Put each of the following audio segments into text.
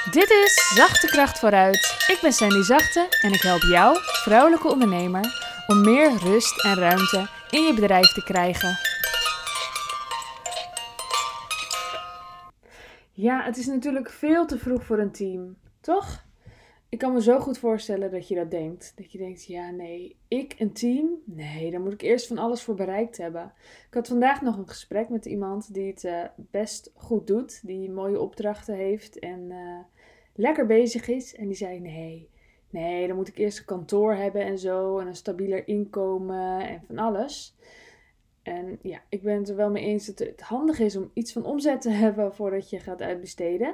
Dit is Zachte Kracht Vooruit. Ik ben Sandy Zachte en ik help jou, vrouwelijke ondernemer, om meer rust en ruimte in je bedrijf te krijgen. Ja, het is natuurlijk veel te vroeg voor een team, toch? Ik kan me zo goed voorstellen dat je dat denkt. Dat je denkt, ja nee, ik een team? Nee, daar moet ik eerst van alles voor bereikt hebben. Ik had vandaag nog een gesprek met iemand die het best goed doet. Die mooie opdrachten heeft en lekker bezig is. En die zei, nee, dan moet ik eerst een kantoor hebben en zo. En een stabieler inkomen en van alles. En ja, ik ben het er wel mee eens dat het handig is om iets van omzet te hebben voordat je gaat uitbesteden.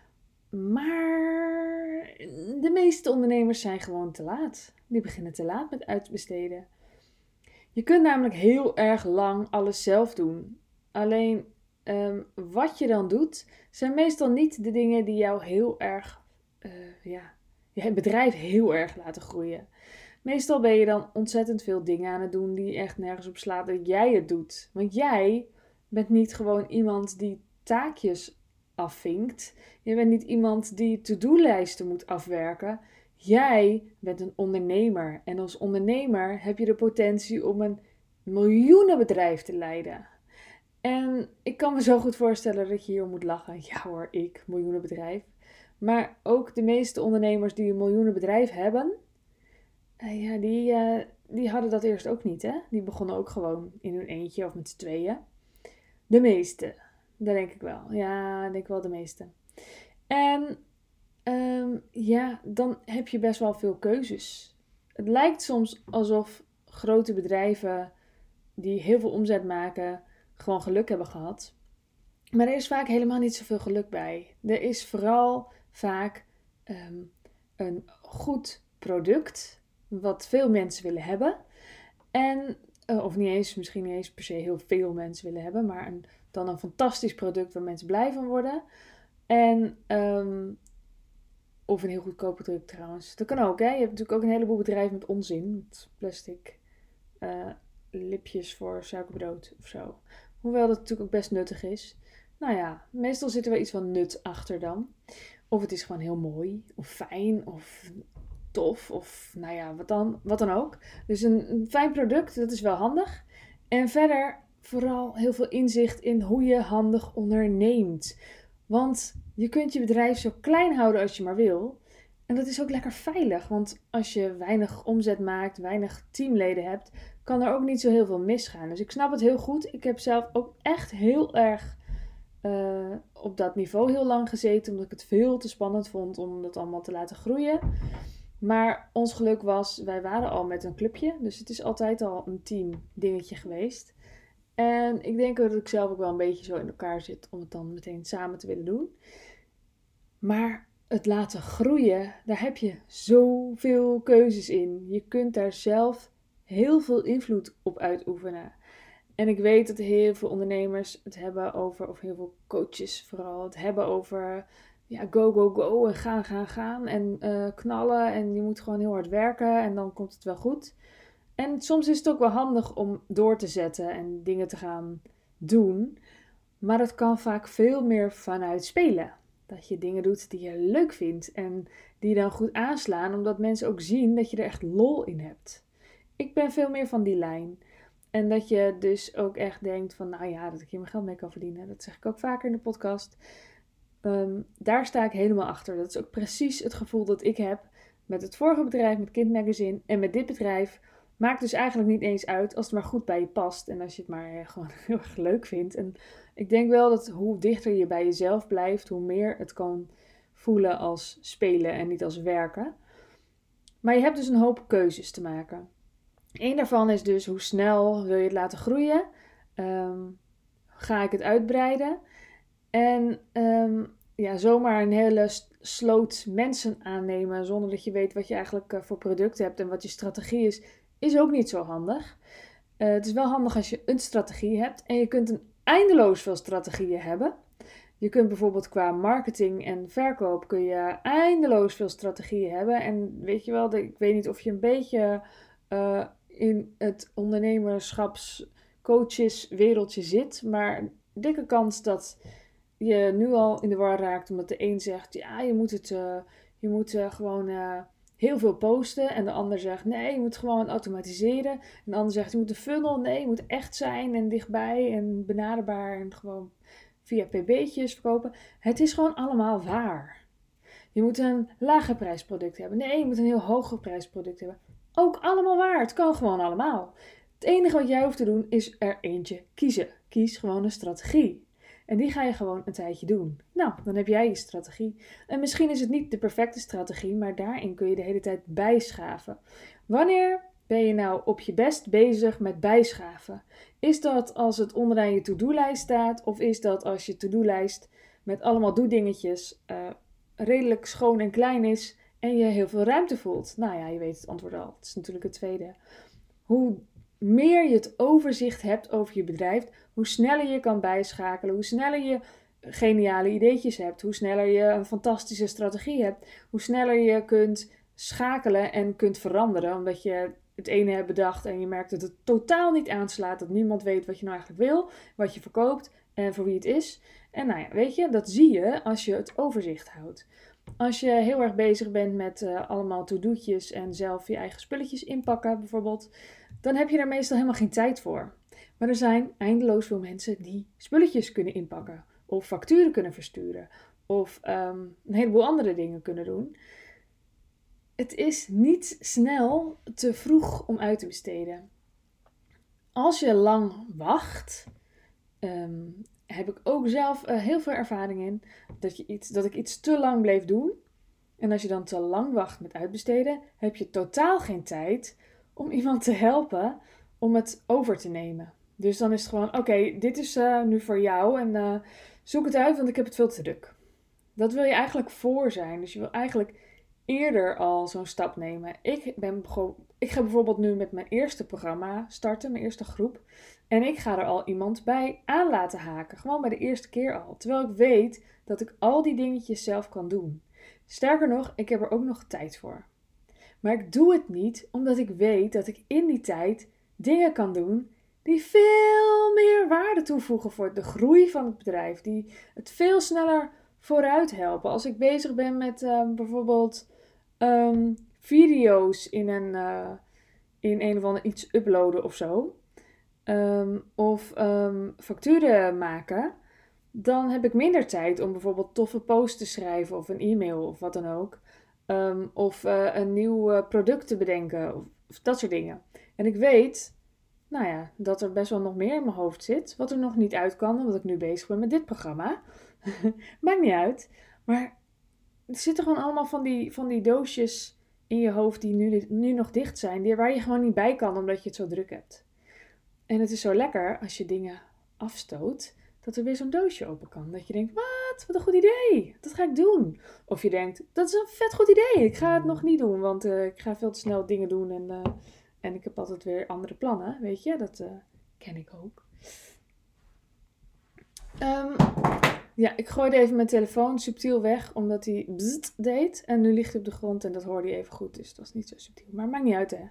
Maar de meeste ondernemers zijn gewoon te laat. Die beginnen te laat met uitbesteden. Je kunt namelijk heel erg lang alles zelf doen. Alleen wat je dan doet, zijn meestal niet de dingen die jou heel erg, je bedrijf heel erg laten groeien. Meestal ben je dan ontzettend veel dingen aan het doen die echt nergens op slaat dat jij het doet. Want jij bent niet gewoon iemand die taakjes afvinkt. Je bent niet iemand die to-do-lijsten moet afwerken. Jij bent een ondernemer. En als ondernemer heb je de potentie om een miljoenenbedrijf te leiden. En ik kan me zo goed voorstellen dat je hier moet lachen. Ja hoor, ik, miljoenenbedrijf. Maar ook de meeste ondernemers die een miljoenenbedrijf hebben, die hadden dat eerst ook niet, hè? Die begonnen ook gewoon in hun eentje of met z'n tweeën. De meeste, dat denk ik wel. Ja, ik denk wel de meeste. En dan heb je best wel veel keuzes. Het lijkt soms alsof grote bedrijven die heel veel omzet maken, gewoon geluk hebben gehad. Maar er is vaak helemaal niet zoveel geluk bij. Er is vooral vaak een goed product wat veel mensen willen hebben. En, of misschien niet eens per se heel veel mensen willen hebben, maar dan een fantastisch product waar mensen blij van worden. En, of een heel goedkoop product trouwens. Dat kan ook, hè. Je hebt natuurlijk ook een heleboel bedrijven met onzin. Met plastic lipjes voor suikerbrood of zo. Hoewel dat natuurlijk ook best nuttig is. Nou ja, meestal zit er wel iets van nut achter dan. Of het is gewoon heel mooi, of fijn, of tof, of nou ja, wat dan ook. Dus een fijn product, dat is wel handig. En verder vooral heel veel inzicht in hoe je handig onderneemt. Want je kunt je bedrijf zo klein houden als je maar wil. En dat is ook lekker veilig, want als je weinig omzet maakt, weinig teamleden hebt, kan er ook niet zo heel veel misgaan. Dus ik snap het heel goed. Ik heb zelf ook echt heel erg op dat niveau heel lang gezeten, omdat ik het veel te spannend vond om dat allemaal te laten groeien. Maar ons geluk was, wij waren al met een clubje, dus het is altijd al een team dingetje geweest. En ik denk dat ik zelf ook wel een beetje zo in elkaar zit om het dan meteen samen te willen doen. Maar het laten groeien, daar heb je zoveel keuzes in. Je kunt daar zelf heel veel invloed op uitoefenen. En ik weet dat heel veel ondernemers het hebben over, of heel veel coaches vooral, het hebben over go, go, go en gaan en knallen. En je moet gewoon heel hard werken en dan komt het wel goed. En soms is het ook wel handig om door te zetten en dingen te gaan doen. Maar het kan vaak veel meer vanuit spelen. Dat je dingen doet die je leuk vindt en die dan goed aanslaan, omdat mensen ook zien dat je er echt lol in hebt. Ik ben veel meer van die lijn. En dat je dus ook echt denkt van, nou ja, dat ik hier mijn geld mee kan verdienen. Dat zeg ik ook vaker in de podcast. Daar sta ik helemaal achter. Dat is ook precies het gevoel dat ik heb met het vorige bedrijf, met Kind Magazine en met dit bedrijf. Maakt dus eigenlijk niet eens uit als het maar goed bij je past. En als je het maar gewoon heel erg leuk vindt. En ik denk wel dat hoe dichter je bij jezelf blijft, hoe meer het kan voelen als spelen en niet als werken. Maar je hebt dus een hoop keuzes te maken. Eén daarvan is dus hoe snel wil je het laten groeien? Ga ik het uitbreiden? En zomaar een hele sloot mensen aannemen zonder dat je weet wat je eigenlijk voor product hebt en wat je strategie is ook niet zo handig. Het is wel handig als je een strategie hebt en je kunt een eindeloos veel strategieën hebben. Je kunt bijvoorbeeld qua marketing en verkoop kun je eindeloos veel strategieën hebben. En weet je wel, ik weet niet of je een beetje in het ondernemerschapscoacheswereldje zit, maar dikke kans dat je nu al in de war raakt omdat de een zegt, ja, je moet gewoon heel veel posten. En de ander zegt, nee, je moet gewoon automatiseren. En de ander zegt, je moet een funnel. Nee, je moet echt zijn en dichtbij en benaderbaar en gewoon via pb'tjes verkopen. Het is gewoon allemaal waar. Je moet een lager prijsproduct hebben. Nee, je moet een heel hoger prijsproduct hebben. Ook allemaal waar. Het kan gewoon allemaal. Het enige wat jij hoeft te doen is er eentje kiezen. Kies gewoon een strategie. En die ga je gewoon een tijdje doen. Nou, dan heb jij je strategie. En misschien is het niet de perfecte strategie, maar daarin kun je de hele tijd bijschaven. Wanneer ben je nou op je best bezig met bijschaven? Is dat als het onderaan je to-do-lijst staat? Of is dat als je to-do-lijst met allemaal doe-dingetjes redelijk schoon en klein is en je heel veel ruimte voelt? Nou ja, je weet het antwoord al. Het is natuurlijk het tweede. Hoe meer je het overzicht hebt over je bedrijf, hoe sneller je kan bijschakelen, hoe sneller je geniale ideetjes hebt, hoe sneller je een fantastische strategie hebt, hoe sneller je kunt schakelen en kunt veranderen, omdat je het ene hebt bedacht en je merkt dat het totaal niet aanslaat, dat niemand weet wat je nou eigenlijk wil, wat je verkoopt en voor wie het is. En nou ja, weet je, dat zie je als je het overzicht houdt. Als je heel erg bezig bent met allemaal to-do'tjes en zelf je eigen spulletjes inpakken bijvoorbeeld, dan heb je daar meestal helemaal geen tijd voor. Maar er zijn eindeloos veel mensen die spulletjes kunnen inpakken, of facturen kunnen versturen, of een heleboel andere dingen kunnen doen. Het is niet snel te vroeg om uit te besteden. Als je lang wacht, heb ik ook zelf heel veel ervaring in dat ik iets te lang bleef doen. En als je dan te lang wacht met uitbesteden, heb je totaal geen tijd om iemand te helpen om het over te nemen. Dus dan is het gewoon, oké, dit is nu voor jou en zoek het uit, want ik heb het veel te druk. Dat wil je eigenlijk voor zijn. Dus je wil eigenlijk eerder al zo'n stap nemen. Ik ga bijvoorbeeld nu met mijn eerste programma starten, mijn eerste groep. En ik ga er al iemand bij aan laten haken. Gewoon bij de eerste keer al. Terwijl ik weet dat ik al die dingetjes zelf kan doen. Sterker nog, ik heb er ook nog tijd voor. Maar ik doe het niet omdat ik weet dat ik in die tijd dingen kan doen die veel meer waarde toevoegen voor de groei van het bedrijf. Die het veel sneller vooruit helpen. Als ik bezig ben met bijvoorbeeld video's in een of ander iets uploaden of zo. Of facturen maken. Dan heb ik minder tijd om bijvoorbeeld toffe posts te schrijven of een e-mail of wat dan ook. Of een nieuw product te bedenken of dat soort dingen. En ik weet, nou ja, dat er best wel nog meer in mijn hoofd zit. Wat er nog niet uit kan, omdat ik nu bezig ben met dit programma. Maakt niet uit. Maar er zitten gewoon allemaal van die doosjes in je hoofd die nu nog dicht zijn. Waar je gewoon niet bij kan omdat je het zo druk hebt. En het is zo lekker als je dingen afstoot, dat er weer zo'n doosje open kan. Dat je denkt, wat een goed idee, dat ga ik doen. Of je denkt, dat is een vet goed idee, ik ga het nog niet doen, want ik ga veel te snel dingen doen en ik heb altijd weer andere plannen, weet je, dat ken ik ook. Ja, ik gooide even mijn telefoon subtiel weg, omdat hij bzzzt deed. En nu ligt hij op de grond en dat hoorde je even goed, dus dat was niet zo subtiel. Maar maakt niet uit, hè.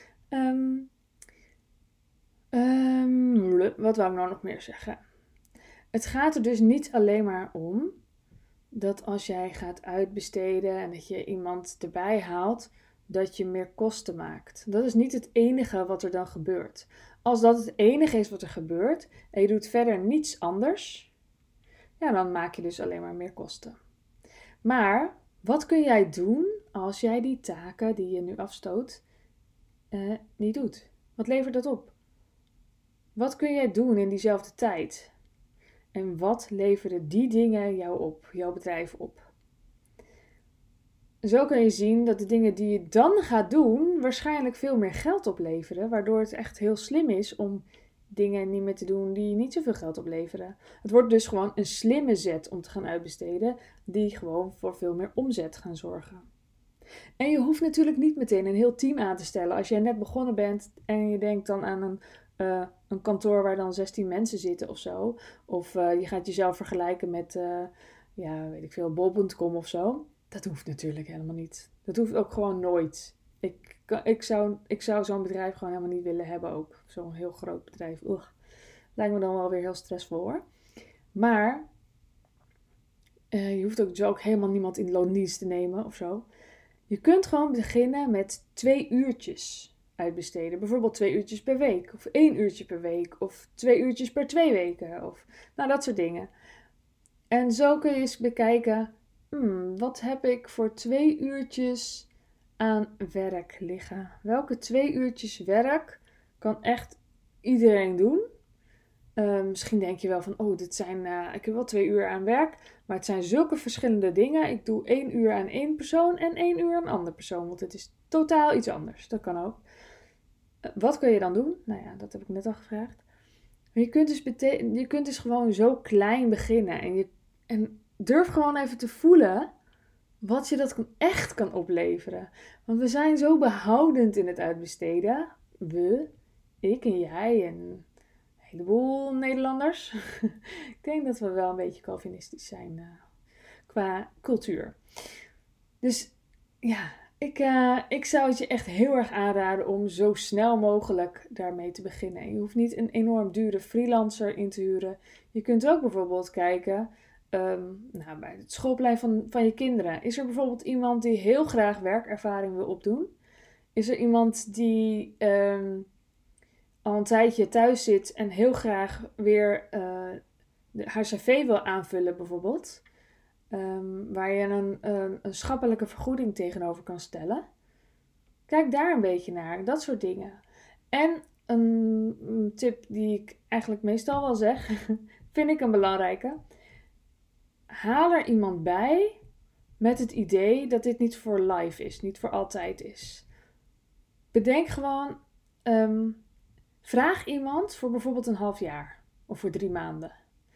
Wat wou ik nou nog meer zeggen? Het gaat er dus niet alleen maar om dat als jij gaat uitbesteden en dat je iemand erbij haalt, dat je meer kosten maakt. Dat is niet het enige wat er dan gebeurt. Als dat het enige is wat er gebeurt en je doet verder niets anders, ja, dan maak je dus alleen maar meer kosten. Maar wat kun jij doen als jij die taken die je nu afstoot niet doet? Wat levert dat op? Wat kun jij doen in diezelfde tijd? En wat leveren die dingen jouw bedrijf op? Zo kun je zien dat de dingen die je dan gaat doen waarschijnlijk veel meer geld opleveren, waardoor het echt heel slim is om dingen niet meer te doen die niet zoveel geld opleveren. Het wordt dus gewoon een slimme zet om te gaan uitbesteden, die gewoon voor veel meer omzet gaan zorgen. En je hoeft natuurlijk niet meteen een heel team aan te stellen. Als jij net begonnen bent en je denkt dan aan een kantoor waar dan 16 mensen zitten of zo. Of je gaat jezelf vergelijken met, weet ik veel, bol.com of zo. Dat hoeft natuurlijk helemaal niet. Dat hoeft ook gewoon nooit. Ik zou zo'n bedrijf gewoon helemaal niet willen hebben ook. Zo'n heel groot bedrijf. Lijkt me dan wel weer heel stressvol hoor. Maar Je hoeft ook, zo ook helemaal niemand in loondienst te nemen of zo. Je kunt gewoon beginnen met 2 uurtjes uitbesteden. Bijvoorbeeld 2 uurtjes per week. Of 1 uurtje per week. Of 2 uurtjes per 2 weken. Of nou, dat soort dingen. En zo kun je eens bekijken, wat heb ik voor 2 uurtjes aan werk liggen? Welke 2 uurtjes werk kan echt iedereen doen? Misschien denk je wel van, ik heb wel 2 uur aan werk, maar het zijn zulke verschillende dingen. Ik doe 1 uur aan één persoon en 1 uur aan een andere persoon, want het is totaal iets anders. Dat kan ook. Wat kun je dan doen? Nou ja, dat heb ik net al gevraagd. Maar je kunt dus gewoon zo klein beginnen. En durf gewoon even te voelen wat je dat echt kan opleveren. Want we zijn zo behoudend in het uitbesteden. Ik en jij en een heleboel Nederlanders. Ik denk dat we wel een beetje Calvinistisch zijn qua cultuur. Dus ja, ik zou het je echt heel erg aanraden om zo snel mogelijk daarmee te beginnen. Je hoeft niet een enorm dure freelancer in te huren. Je kunt ook bijvoorbeeld kijken bij het schoolplein van je kinderen. Is er bijvoorbeeld iemand die heel graag werkervaring wil opdoen? Is er iemand die al een tijdje thuis zit en heel graag weer haar cv wil aanvullen bijvoorbeeld? Waar je een schappelijke vergoeding tegenover kan stellen. Kijk daar een beetje naar, dat soort dingen. En een tip die ik eigenlijk meestal wel zeg, vind ik een belangrijke. Haal er iemand bij met het idee dat dit niet voor life is, niet voor altijd is. Bedenk gewoon, vraag iemand voor bijvoorbeeld een half jaar of voor 3 maanden.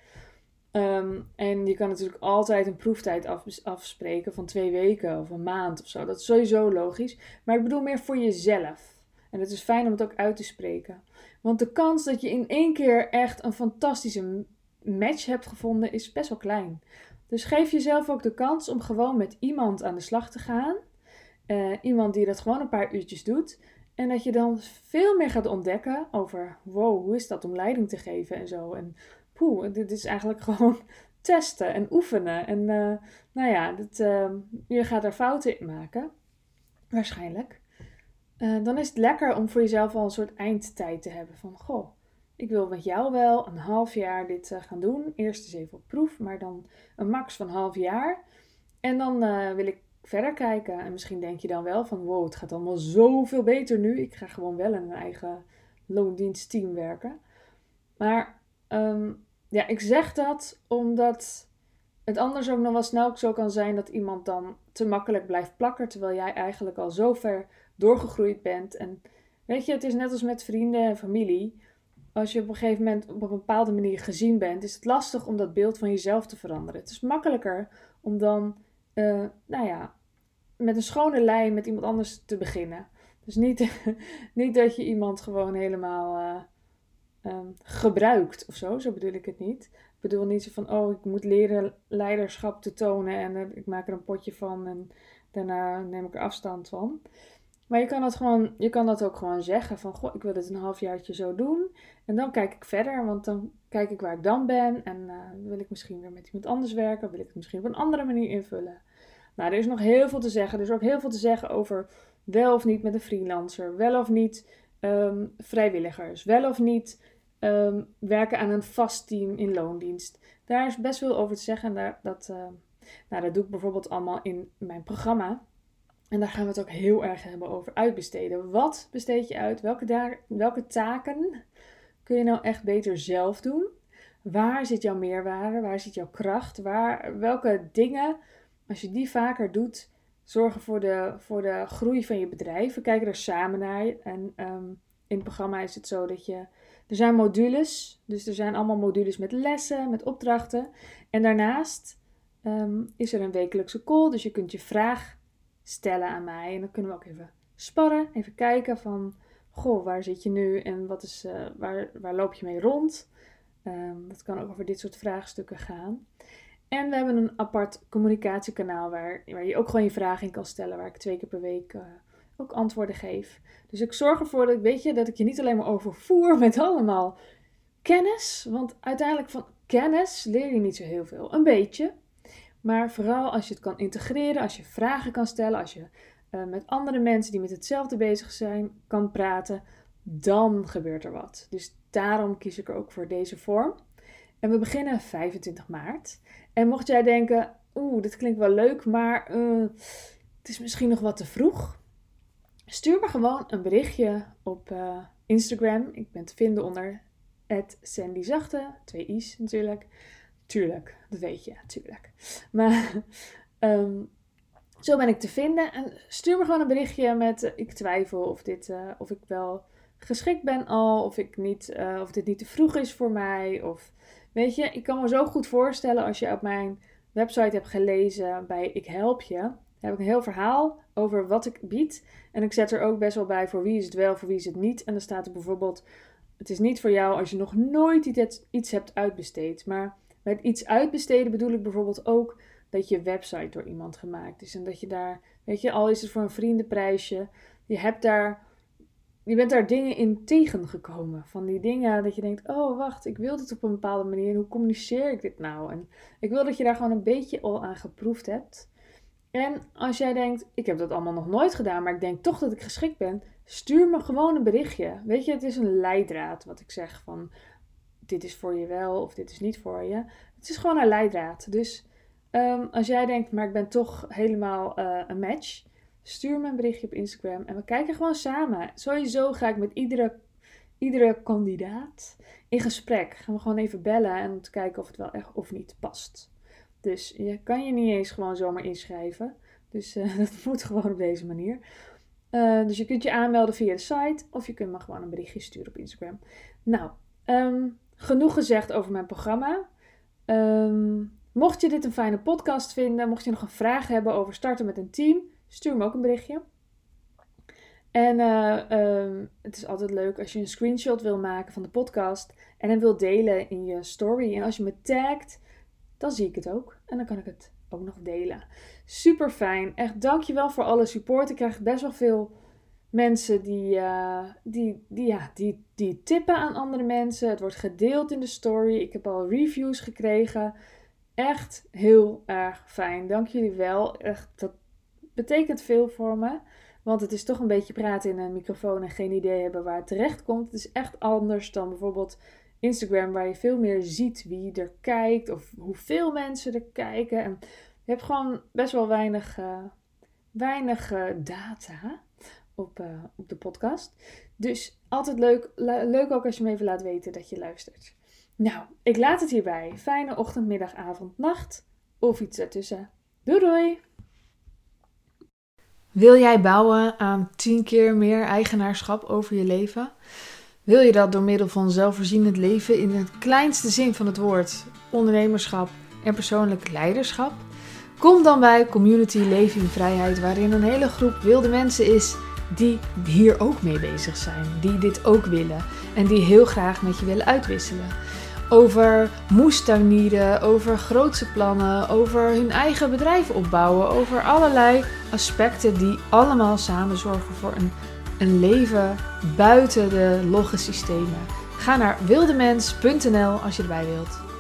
En je kan natuurlijk altijd een proeftijd afspreken van 2 weken of een maand of zo. Dat is sowieso logisch. Maar ik bedoel meer voor jezelf. En het is fijn om het ook uit te spreken. Want de kans dat je in 1 keer echt een fantastische match hebt gevonden is best wel klein. Dus geef jezelf ook de kans om gewoon met iemand aan de slag te gaan. Iemand die dat gewoon een paar uurtjes doet. En dat je dan veel meer gaat ontdekken over, hoe is dat om leiding te geven en zo. En dit is eigenlijk gewoon testen en oefenen. En je gaat er fouten in maken. Waarschijnlijk. Dan is het lekker om voor jezelf al een soort eindtijd te hebben. Van, ik wil met jou wel een half jaar dit gaan doen. Eerst eens even op proef, maar dan een max van half jaar. En dan wil ik verder kijken. En misschien denk je dan wel van, het gaat allemaal zoveel beter nu. Ik ga gewoon wel in een eigen loondienstteam werken. Maar ik zeg dat omdat het anders ook nog wel snel zo kan zijn dat iemand dan te makkelijk blijft plakken, terwijl jij eigenlijk al zo ver doorgegroeid bent. En weet je, het is net als met vrienden en familie. Als je op een gegeven moment op een bepaalde manier gezien bent, is het lastig om dat beeld van jezelf te veranderen. Het is makkelijker om dan, met een schone lijn met iemand anders te beginnen. Dus niet dat je iemand gewoon helemaal gebruikt of zo bedoel ik het niet. Ik bedoel niet zo van, ik moet leren leiderschap te tonen en ik maak er een potje van en daarna neem ik er afstand van. Maar je kan dat ook gewoon zeggen van, ik wil dit een halfjaartje zo doen. En dan kijk ik verder, want dan kijk ik waar ik dan ben. En wil ik misschien weer met iemand anders werken. Of wil ik het misschien op een andere manier invullen. Nou, er is nog heel veel te zeggen. Er is ook heel veel te zeggen over wel of niet met een freelancer. Wel of niet vrijwilligers. Wel of niet werken aan een vast team in loondienst. Daar is best veel over te zeggen. En dat doe ik bijvoorbeeld allemaal in mijn programma. En daar gaan we het ook heel erg hebben over uitbesteden. Wat besteed je uit? Welke taken kun je nou echt beter zelf doen? Waar zit jouw meerwaarde? Waar zit jouw kracht? Welke dingen, als je die vaker doet, zorgen voor de groei van je bedrijf? We kijken er samen naar. En in het programma is het zo dat er zijn modules. Dus er zijn allemaal modules met lessen, met opdrachten. En daarnaast is er een wekelijkse call. Dus je kunt je vraag stellen aan mij. En dan kunnen we ook even sparren. Even kijken van, waar zit je nu? En waar loop je mee rond? Dat kan ook over dit soort vraagstukken gaan. En we hebben een apart communicatiekanaal waar je ook gewoon je vragen in kan stellen. Waar ik 2 keer per week ook antwoorden geef. Dus ik zorg ervoor dat ik je niet alleen maar overvoer met allemaal kennis. Want uiteindelijk van kennis leer je niet zo heel veel. Een beetje. Maar vooral als je het kan integreren, als je vragen kan stellen, als je met andere mensen die met hetzelfde bezig zijn kan praten, dan gebeurt er wat. Dus daarom kies ik er ook voor deze vorm. En we beginnen 25 maart. En mocht jij denken, dit klinkt wel leuk, maar het is misschien nog wat te vroeg. Stuur me gewoon een berichtje op Instagram. Ik ben te vinden onder @sandyzachte, 2 i's natuurlijk. Tuurlijk, dat weet je, tuurlijk. Maar zo ben ik te vinden. En stuur me gewoon een berichtje met ik twijfel of ik wel geschikt ben al. Of dit niet te vroeg is voor mij. Of weet je, ik kan me zo goed voorstellen als je op mijn website hebt gelezen bij Ik Help Je. Dan heb ik een heel verhaal over wat ik bied. En ik zet er ook best wel bij voor wie is het wel, voor wie is het niet. En dan staat er bijvoorbeeld, het is niet voor jou als je nog nooit iets hebt uitbesteed. Maar met iets uitbesteden bedoel ik bijvoorbeeld ook dat je website door iemand gemaakt is. En dat je daar, weet je, al is het voor een vriendenprijsje, je bent daar dingen in tegengekomen. Van die dingen dat je denkt, oh wacht, ik wil dit op een bepaalde manier. En hoe communiceer ik dit nou? En ik wil dat je daar gewoon een beetje al aan geproefd hebt. En als jij denkt, ik heb dat allemaal nog nooit gedaan, maar ik denk toch dat ik geschikt ben, stuur me gewoon een berichtje. Weet je, het is een leidraad wat ik zeg van, dit is voor je wel of dit is niet voor je. Het is gewoon een leidraad. Dus als jij denkt, maar ik ben toch helemaal een match, stuur me een berichtje op Instagram en we kijken gewoon samen. Sowieso ga ik met iedere kandidaat in gesprek. Gaan we gewoon even bellen en om te kijken of het wel echt of niet past. Dus je kan je niet eens gewoon zomaar inschrijven. Dus dat moet gewoon op deze manier. Dus je kunt je aanmelden via de site of je kunt me gewoon een berichtje sturen op Instagram. Nou, genoeg gezegd over mijn programma. Mocht je dit een fijne podcast vinden, mocht je nog een vraag hebben over starten met een team, stuur me ook een berichtje. En het is altijd leuk als je een screenshot wil maken van de podcast en hem wil delen in je story. En als je me tagt, dan zie ik het ook. En dan kan ik het ook nog delen. Super fijn. Echt dankjewel voor alle support. Ik krijg best wel veel mensen die tippen aan andere mensen. Het wordt gedeeld in de story. Ik heb al reviews gekregen. Echt heel erg fijn. Dank jullie wel. Echt, dat betekent veel voor me. Want het is toch een beetje praten in een microfoon en geen idee hebben waar het terecht komt. Het is echt anders dan bijvoorbeeld Instagram, waar je veel meer ziet wie er kijkt of hoeveel mensen er kijken. En je hebt gewoon best wel weinig data op de podcast. Dus altijd leuk ook als je me even laat weten dat je luistert. Nou, ik laat het hierbij. Fijne ochtend, middag, avond, nacht of iets ertussen. Doei doei! Wil jij bouwen aan 10 keer meer eigenaarschap over je leven? Wil je dat door middel van zelfvoorzienend leven in de kleinste zin van het woord, ondernemerschap en persoonlijk leiderschap? Kom dan bij Community Leven in Vrijheid, waarin een hele groep wilde mensen is die hier ook mee bezig zijn, die dit ook willen en die heel graag met je willen uitwisselen. Over moestuinieren, over grootse plannen, over hun eigen bedrijf opbouwen, over allerlei aspecten die allemaal samen zorgen voor een leven buiten de logge systemen. Ga naar wildemens.nl als je erbij wilt.